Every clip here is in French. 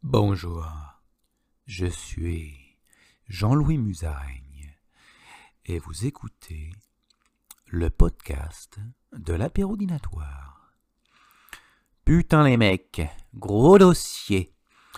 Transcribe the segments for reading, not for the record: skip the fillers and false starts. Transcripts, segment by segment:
Bonjour, je suis Jean-Louis Musaraigne et vous écoutez le podcast de l'apérodinatoire. Putain les mecs, gros dossier,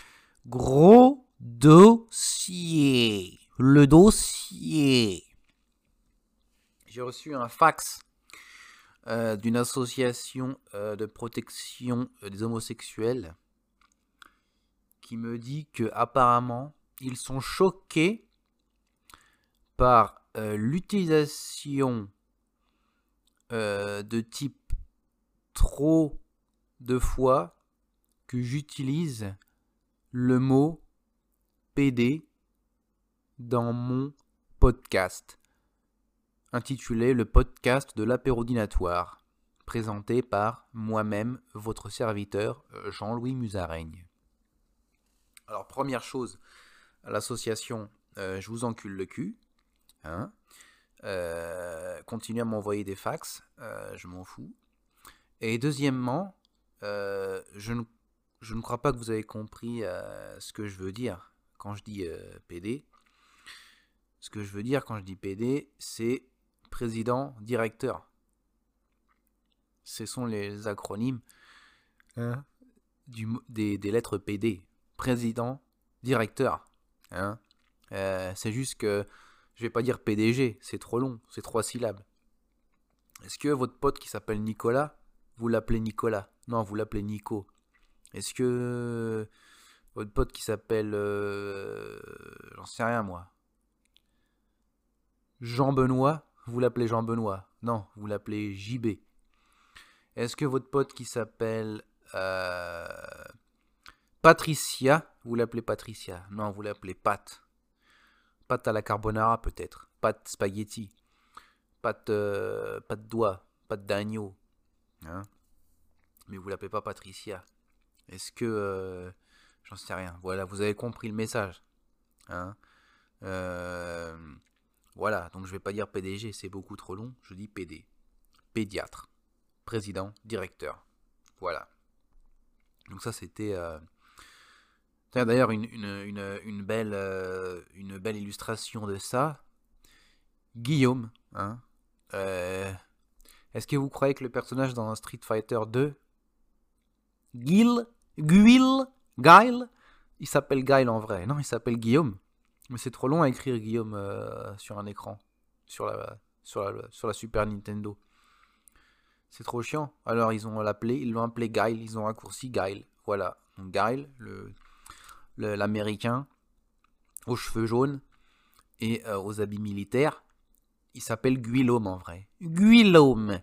le dossier. J'ai reçu un fax d'une association de protection des homosexuels qui me dit que apparemment ils sont choqués par l'utilisation de type trop de fois que j'utilise le mot PD dans mon podcast intitulé le podcast de l'apérodinatoire, présenté par moi-même, votre serviteur Jean-Louis Musaraigne. Alors, première chose, à l'association, je vous encule le cul. Hein, continuez à m'envoyer des fax, je m'en fous. Et deuxièmement, je ne crois pas que vous avez compris ce que je veux dire quand je dis PD. Ce que je veux dire quand je dis PD, c'est président, directeur. Ce sont les acronymes des lettres PD. Président, directeur. Hein, c'est juste que je vais pas dire PDG, c'est trop long, c'est 3 syllabes. Est-ce que votre pote qui s'appelle Nicolas, vous l'appelez Nicolas? Non, vous l'appelez Nico. Est-ce que votre pote qui s'appelle, j'en sais rien moi, Jean-Benoît, vous l'appelez Jean-Benoît? Non, vous l'appelez JB. Est-ce que votre pote qui s'appelle Patricia, vous l'appelez Patricia? Non, vous l'appelez Pat. Pâte à la carbonara peut-être, pâte spaghetti, pâte d'oie, pâte d'agneau, hein, mais vous l'appelez pas Patricia. Est-ce que j'en sais rien. Voilà, vous avez compris le message, hein. Voilà, donc je vais pas dire PDG, c'est beaucoup trop long. Je dis PD, pédiatre, président, directeur. Voilà. Donc ça c'était d'ailleurs une belle illustration de ça. Guillaume, hein. Est-ce que vous croyez que le personnage dans Street Fighter 2, Guile, il s'appelle Guile en vrai? Non, il s'appelle Guillaume. Mais c'est trop long à écrire Guillaume sur un écran, sur la Super Nintendo. C'est trop chiant. Alors ils l'ont appelé Guile, ils ont raccourci Guile. Voilà, donc Guile, l'américain aux cheveux jaunes et aux habits militaires. Il s'appelle Guillaume en vrai. Guillaume.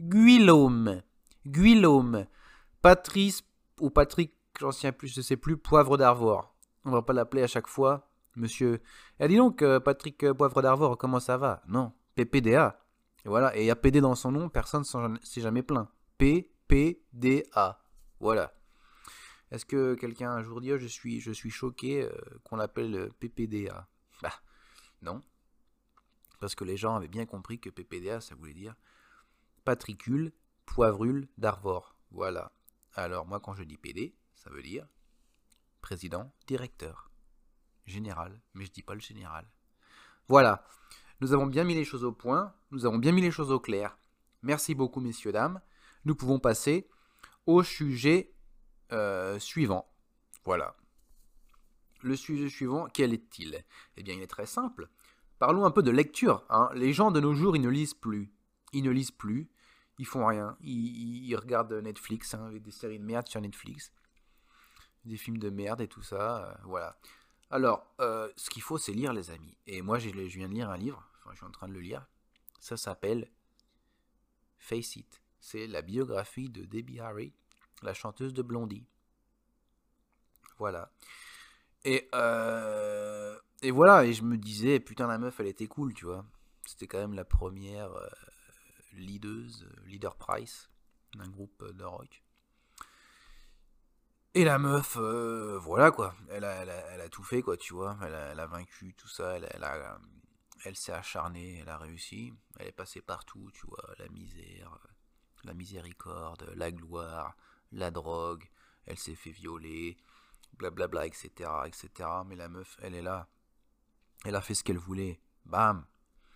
Patrice ou Patrick, j'en sais plus, je sais plus, Poivre d'Arvor. On va pas l'appeler à chaque fois, monsieur. Eh, dis donc, Patrick Poivre d'Arvor, comment ça va? Non, PPDA. Et voilà, et il y a PD dans son nom, personne ne s'est jamais plaint. PPDA. Voilà. Est-ce que quelqu'un un jour dit oh, je suis choqué qu'on l'appelle PPDA? Bah, non. Parce que les gens avaient bien compris que PPDA, ça voulait dire Patricule, Poivrule d'Arvor. Voilà. Alors moi, quand je dis PD, ça veut dire président, directeur, général. Mais je dis pas le général. Voilà. Nous avons bien mis les choses au point. Nous avons bien mis les choses au clair. Merci beaucoup, messieurs, dames. Nous pouvons passer au sujet suivant. Voilà. Le sujet suivant, quel est-il? Eh bien, il est très simple. Parlons un peu de lecture. Hein. Les gens de nos jours, ils ne lisent plus. Ils font rien. Ils regardent Netflix, hein, avec des séries de merde sur Netflix. Des films de merde et tout ça. Voilà. Alors, ce qu'il faut, c'est lire, les amis. Et moi, je viens de lire un livre. Enfin, je suis en train de le lire. Ça s'appelle Face It. C'est la biographie de Debbie Harry, la chanteuse de Blondie. Voilà. Et voilà, et je me disais, putain, la meuf, elle était cool, tu vois. C'était quand même la première leader price d'un groupe de rock. Et la meuf, voilà quoi, elle a tout fait quoi, tu vois. Elle a vaincu tout ça, elle s'est acharnée, elle a réussi. Elle est passée partout, tu vois, la misère, la miséricorde, la gloire, la drogue. Elle s'est fait violer. blablabla, etc., etc. Mais la meuf, elle est là. Elle a fait ce qu'elle voulait. Bam.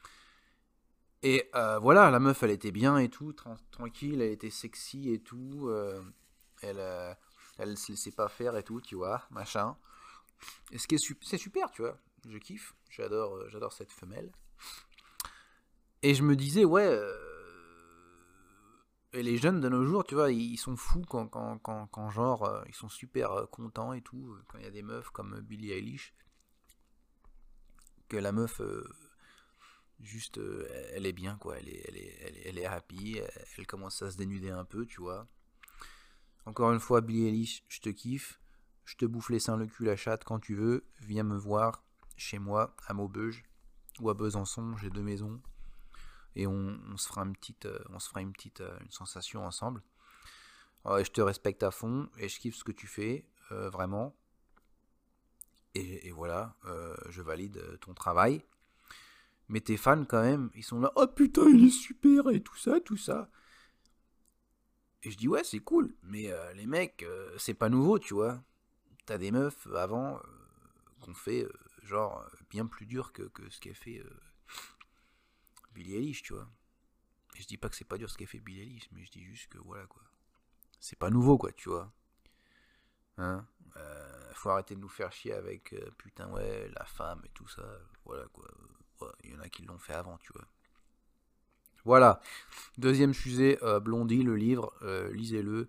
Et voilà, la meuf, elle était bien et tout, tranquille, elle était sexy et tout. Elle, elle se laissait pas faire et tout, tu vois, machin. Et ce qui est c'est super, tu vois. Je kiffe, j'adore cette femelle. Et je me disais, ouais, et les jeunes de nos jours, tu vois, ils sont fous quand genre, ils sont super contents et tout, quand il y a des meufs comme Billie Eilish, que la meuf, juste, elle est bien, quoi, elle est happy, elle commence à se dénuder un peu, tu vois. Encore une fois, Billie Eilish, je te kiffe, je te bouffe les seins, le cul, la chatte quand tu veux, viens me voir chez moi, à Maubeuge, ou à Besançon, j'ai 2 maisons, et on se fera une sensation ensemble. Ouais, je te respecte à fond et je kiffe ce que tu fais, vraiment. Et voilà, je valide ton travail. Mais tes fans, quand même, ils sont là, oh putain, il est super et tout ça, tout ça. Et je dis, ouais, c'est cool, mais les mecs, c'est pas nouveau, tu vois. T'as des meufs avant qu'on fait, genre, bien plus dur que ce qu'elle fait Billie Eilish, tu vois. Et je dis pas que c'est pas dur ce qu'elle fait Billie Eilish, mais je dis juste que voilà, quoi. C'est pas nouveau, quoi, tu vois. Hein, faut arrêter de nous faire chier avec putain ouais la femme et tout ça, voilà quoi. Ouais, il y en a qui l'ont fait avant, tu vois. Voilà. Deuxième sujet, Blondie, le livre, lisez-le.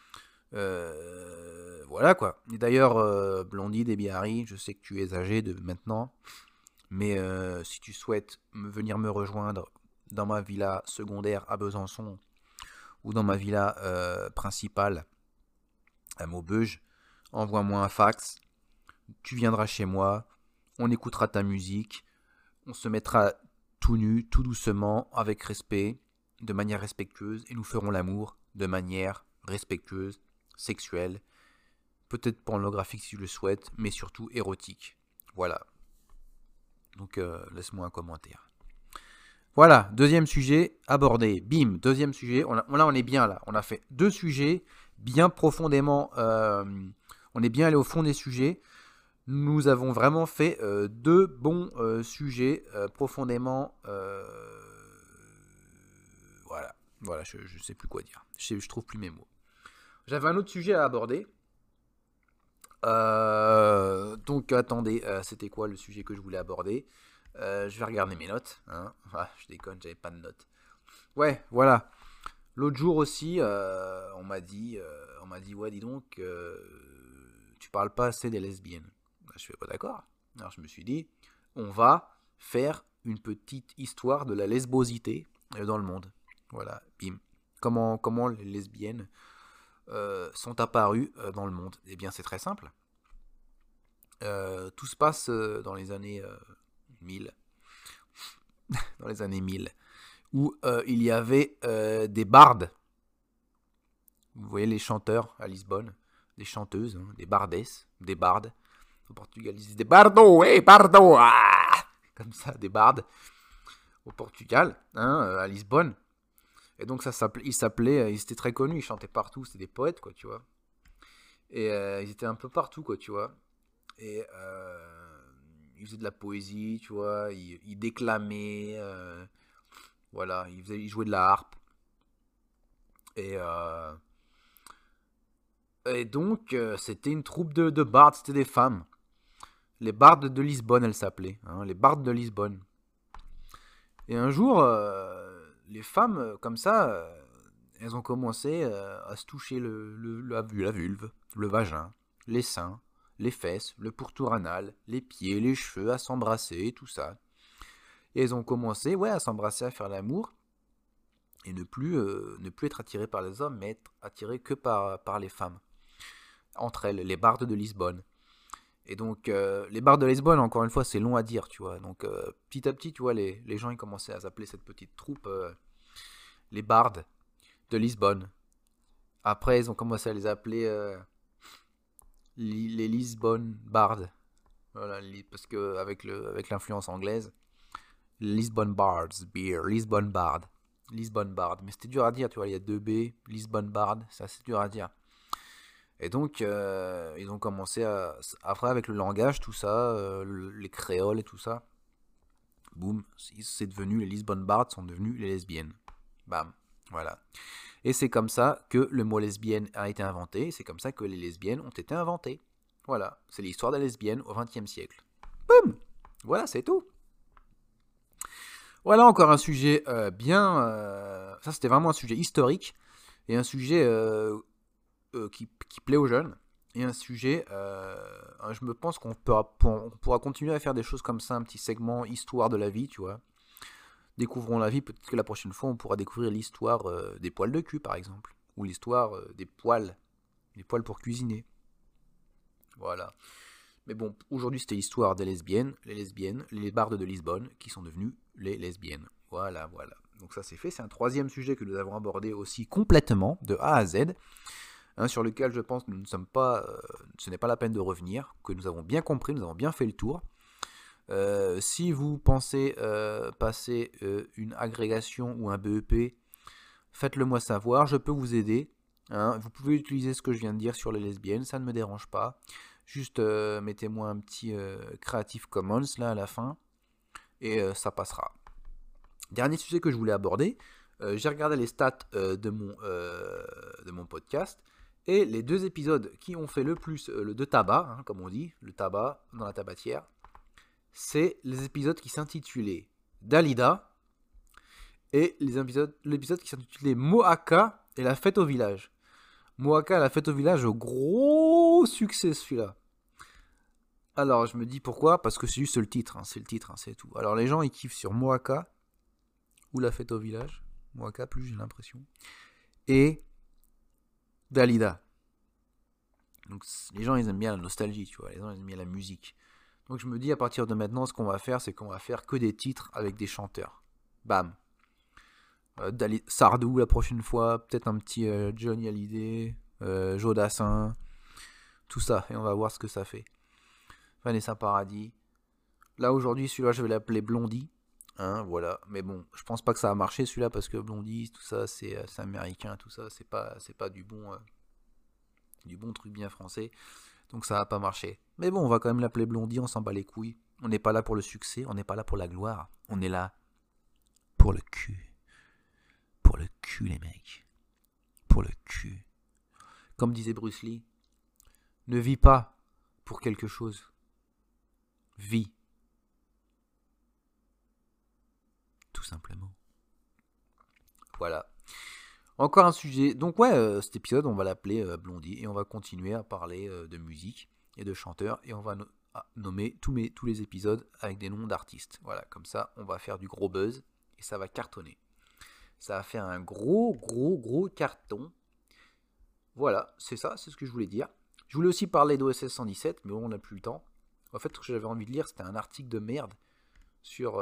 Voilà quoi. Et d'ailleurs, Blondie, Debbie Harry, je sais que tu es âgé de maintenant, mais si tu souhaites venir me rejoindre dans ma villa secondaire à Besançon ou dans ma villa principale à Maubeuge, envoie-moi un fax. Tu viendras chez moi, on écoutera ta musique, on se mettra tout nu, tout doucement, avec respect, de manière respectueuse, et nous ferons l'amour de manière respectueuse, sexuelle, peut-être pornographique si tu le souhaites, mais surtout érotique. Voilà. Donc laisse-moi un commentaire. Voilà, deuxième sujet abordé. Bim, deuxième sujet. Là, on est bien là. On a fait 2 sujets bien profondément. On est bien allé au fond des sujets. Nous avons vraiment fait 2 bons sujets profondément. Voilà, je ne sais plus quoi dire. Je trouve plus mes mots. J'avais un autre sujet à aborder. Donc attendez, c'était quoi le sujet que je voulais aborder? Je vais regarder mes notes. Hein. Ah, je déconne, j'avais pas de notes. Ouais, voilà. L'autre jour aussi, on m'a dit, ouais, dis donc, tu parles pas assez des lesbiennes. Je fais pas d'accord. Alors je me suis dit, on va faire une petite histoire de la lesbosité dans le monde. Voilà, bim. Comment les lesbiennes sont apparues dans le monde? Eh bien, c'est très simple. Tout se passe dans les années 1000. Dans les années 1000. Où il y avait des bardes. Vous voyez les chanteurs à Lisbonne, des chanteuses, hein, des bardes. Au Portugal, ils disent des bardos, hey bardo, ah comme ça, des bardes. Au Portugal, hein, à Lisbonne. Et donc ils étaient très connus, ils chantaient partout, c'était des poètes, quoi, tu vois. Et ils étaient un peu partout, quoi, tu vois. Et ils faisaient de la poésie, tu vois, ils déclamaient, voilà, ils jouaient de la harpe. Et donc, c'était une troupe de bardes, c'était des femmes. Les bardes de Lisbonne, elles s'appelaient. Hein, les bardes de Lisbonne. Et un jour, les femmes, comme ça, elles ont commencé à se toucher la vulve, le vagin, les seins, les fesses, le pourtour anal, les pieds, les cheveux, à s'embrasser, tout ça. Et elles ont commencé, ouais, à s'embrasser, à faire l'amour. Et ne plus être attirées par les hommes, mais être attirées que par les femmes. Entre elles, les bardes de Lisbonne. Et donc, les bardes de Lisbonne, encore une fois, c'est long à dire, tu vois. Donc, petit à petit, tu vois, les gens, ils commençaient à s'appeler cette petite troupe les bardes de Lisbonne. Après, ils ont commencé à les appeler les Lisbonne bardes. Voilà, parce que avec l'influence anglaise, Lisbonne Bards, beer, Lisbonne Bard. Lisbonne Bard. Mais c'était dur à dire, tu vois, il y a 2 B, Lisbonne Bard, ça c'est dur à dire. Et donc, ils ont commencé après, avec le langage, tout ça, les créoles et tout ça, boum, c'est devenu, les Lisbon Bards sont devenus les lesbiennes. Bam, voilà. Et c'est comme ça que le mot lesbienne a été inventé, et c'est comme ça que les lesbiennes ont été inventées. Voilà, c'est l'histoire des lesbiennes au XXe siècle. Boum, voilà, c'est tout. Voilà encore un sujet bien... ça, c'était vraiment un sujet historique, et un sujet qui plaît aux jeunes, et un sujet, je me pense qu'on pourra continuer à faire des choses comme ça, un petit segment histoire de la vie, tu vois. Découvrons la vie, peut-être que la prochaine fois on pourra découvrir l'histoire des poils de cul par exemple, ou l'histoire des poils pour cuisiner. Voilà. Mais bon, aujourd'hui c'était l'histoire des lesbiennes, les bardes de Lisbonne qui sont devenues les lesbiennes. Voilà, voilà. Donc ça c'est fait, c'est un troisième sujet que nous avons abordé aussi complètement, de A à Z, sur lequel je pense que nous ne sommes pas, ce n'est pas la peine de revenir, que nous avons bien compris, nous avons bien fait le tour. Si vous pensez passer une agrégation ou un BEP, faites-le moi savoir, je peux vous aider. Vous pouvez utiliser ce que je viens de dire sur les lesbiennes, ça ne me dérange pas. Juste mettez-moi un petit Creative Commons là à la fin et ça passera. Dernier sujet que je voulais aborder, j'ai regardé les stats de mon podcast et les 2 épisodes qui ont fait le plus de tabac, comme on dit, le tabac dans la tabatière, c'est les épisodes qui s'intitulaient Dalida et l'épisode qui s'intitulait Moaka et la fête au village. Moaka et la fête au village, gros succès celui-là. Alors je me dis pourquoi, parce que c'est juste le titre, c'est tout. Alors les gens ils kiffent sur Moaka ou la fête au village, Moaka plus j'ai l'impression, et Dalida. Donc les gens ils aiment bien la nostalgie, tu vois, les gens ils aiment bien la musique. Donc je me dis à partir de maintenant, ce qu'on va faire, c'est qu'on va faire que des titres avec des chanteurs. Bam. Sardou la prochaine fois, peut-être un petit Johnny Hallyday, Jodassin, tout ça, et on va voir ce que ça fait. Vanessa Paradis. Là aujourd'hui, celui-là, je vais l'appeler Blondie. Voilà. Mais bon, je pense pas que ça va marcher celui-là parce que Blondie, tout ça, c'est américain, tout ça, c'est pas du bon truc bien français. Donc ça va pas marcher. Mais bon, on va quand même l'appeler Blondie, on s'en bat les couilles. On n'est pas là pour le succès, on n'est pas là pour la gloire. On est là pour le cul. Pour le cul, les mecs. Pour le cul. Comme disait Bruce Lee, ne vis pas pour quelque chose. Vis. Tout simplement. Voilà. Encore un sujet. Donc ouais, cet épisode, on va l'appeler Blondie et on va continuer à parler de musique et de chanteurs et on va nommer tous les épisodes avec des noms d'artistes. Voilà, comme ça, on va faire du gros buzz et ça va cartonner. Ça va faire un gros carton. Voilà, c'est ça, c'est ce que je voulais dire. Je voulais aussi parler d'OSS 117, mais bon, on n'a plus le temps. En fait, ce que j'avais envie de lire, c'était un article de merde sur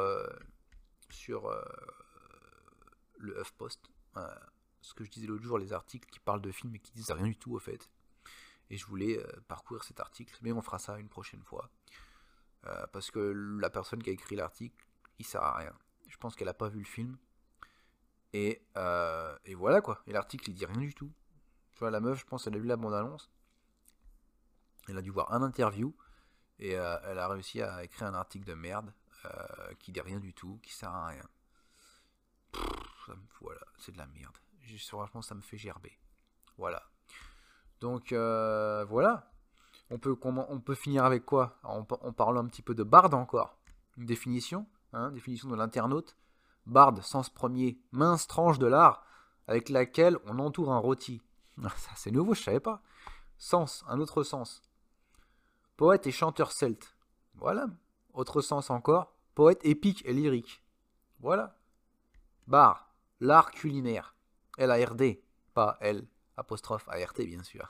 le HuffPost. Ce que je disais l'autre jour, les articles qui parlent de films et qui disent rien du tout, au fait. Et je voulais parcourir cet article, mais on fera ça une prochaine fois. Parce que la personne qui a écrit l'article, il sert à rien. Je pense qu'elle n'a pas vu le film. Et voilà quoi. Et l'article, il dit rien du tout. Tu vois, la meuf, je pense qu'elle a vu la bande-annonce. Elle a dû voir un interview. Et elle a réussi à écrire un article de merde qui dit rien du tout, qui sert à rien. Voilà, c'est de la merde. Franchement, ça me fait gerber. Voilà. Donc, voilà. On peut finir avec quoi? En parlant un petit peu de Bard encore. Une définition, définition de l'internaute. Bard, sens premier, mince tranche de l'art avec laquelle on entoure un rôti. Ça, c'est nouveau, je savais pas. Sens, un autre sens. Poète et chanteur celte. Voilà. Autre sens encore. Poète épique et lyrique. Voilà. Bar, l'art culinaire. L-A-R-D, pas L, apostrophe A-R-T, bien sûr.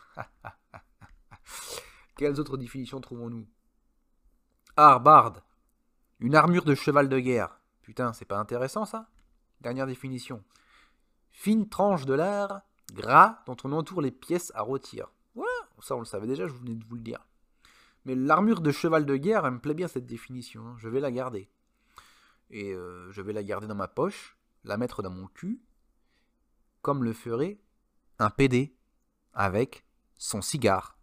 Quelles autres définitions trouvons-nous? Art, barde. Une armure de cheval de guerre. Putain, c'est pas intéressant ça? Dernière définition. Fine tranche de l'art, gras, dont on entoure les pièces à rôtir. Voilà, ça on le savait déjà, je venais de vous le dire. Mais l'armure de cheval de guerre, elle me plaît bien cette définition. Je vais la garder. Et je vais la garder dans ma poche, la mettre dans mon cul, comme le ferait un PD avec son cigare.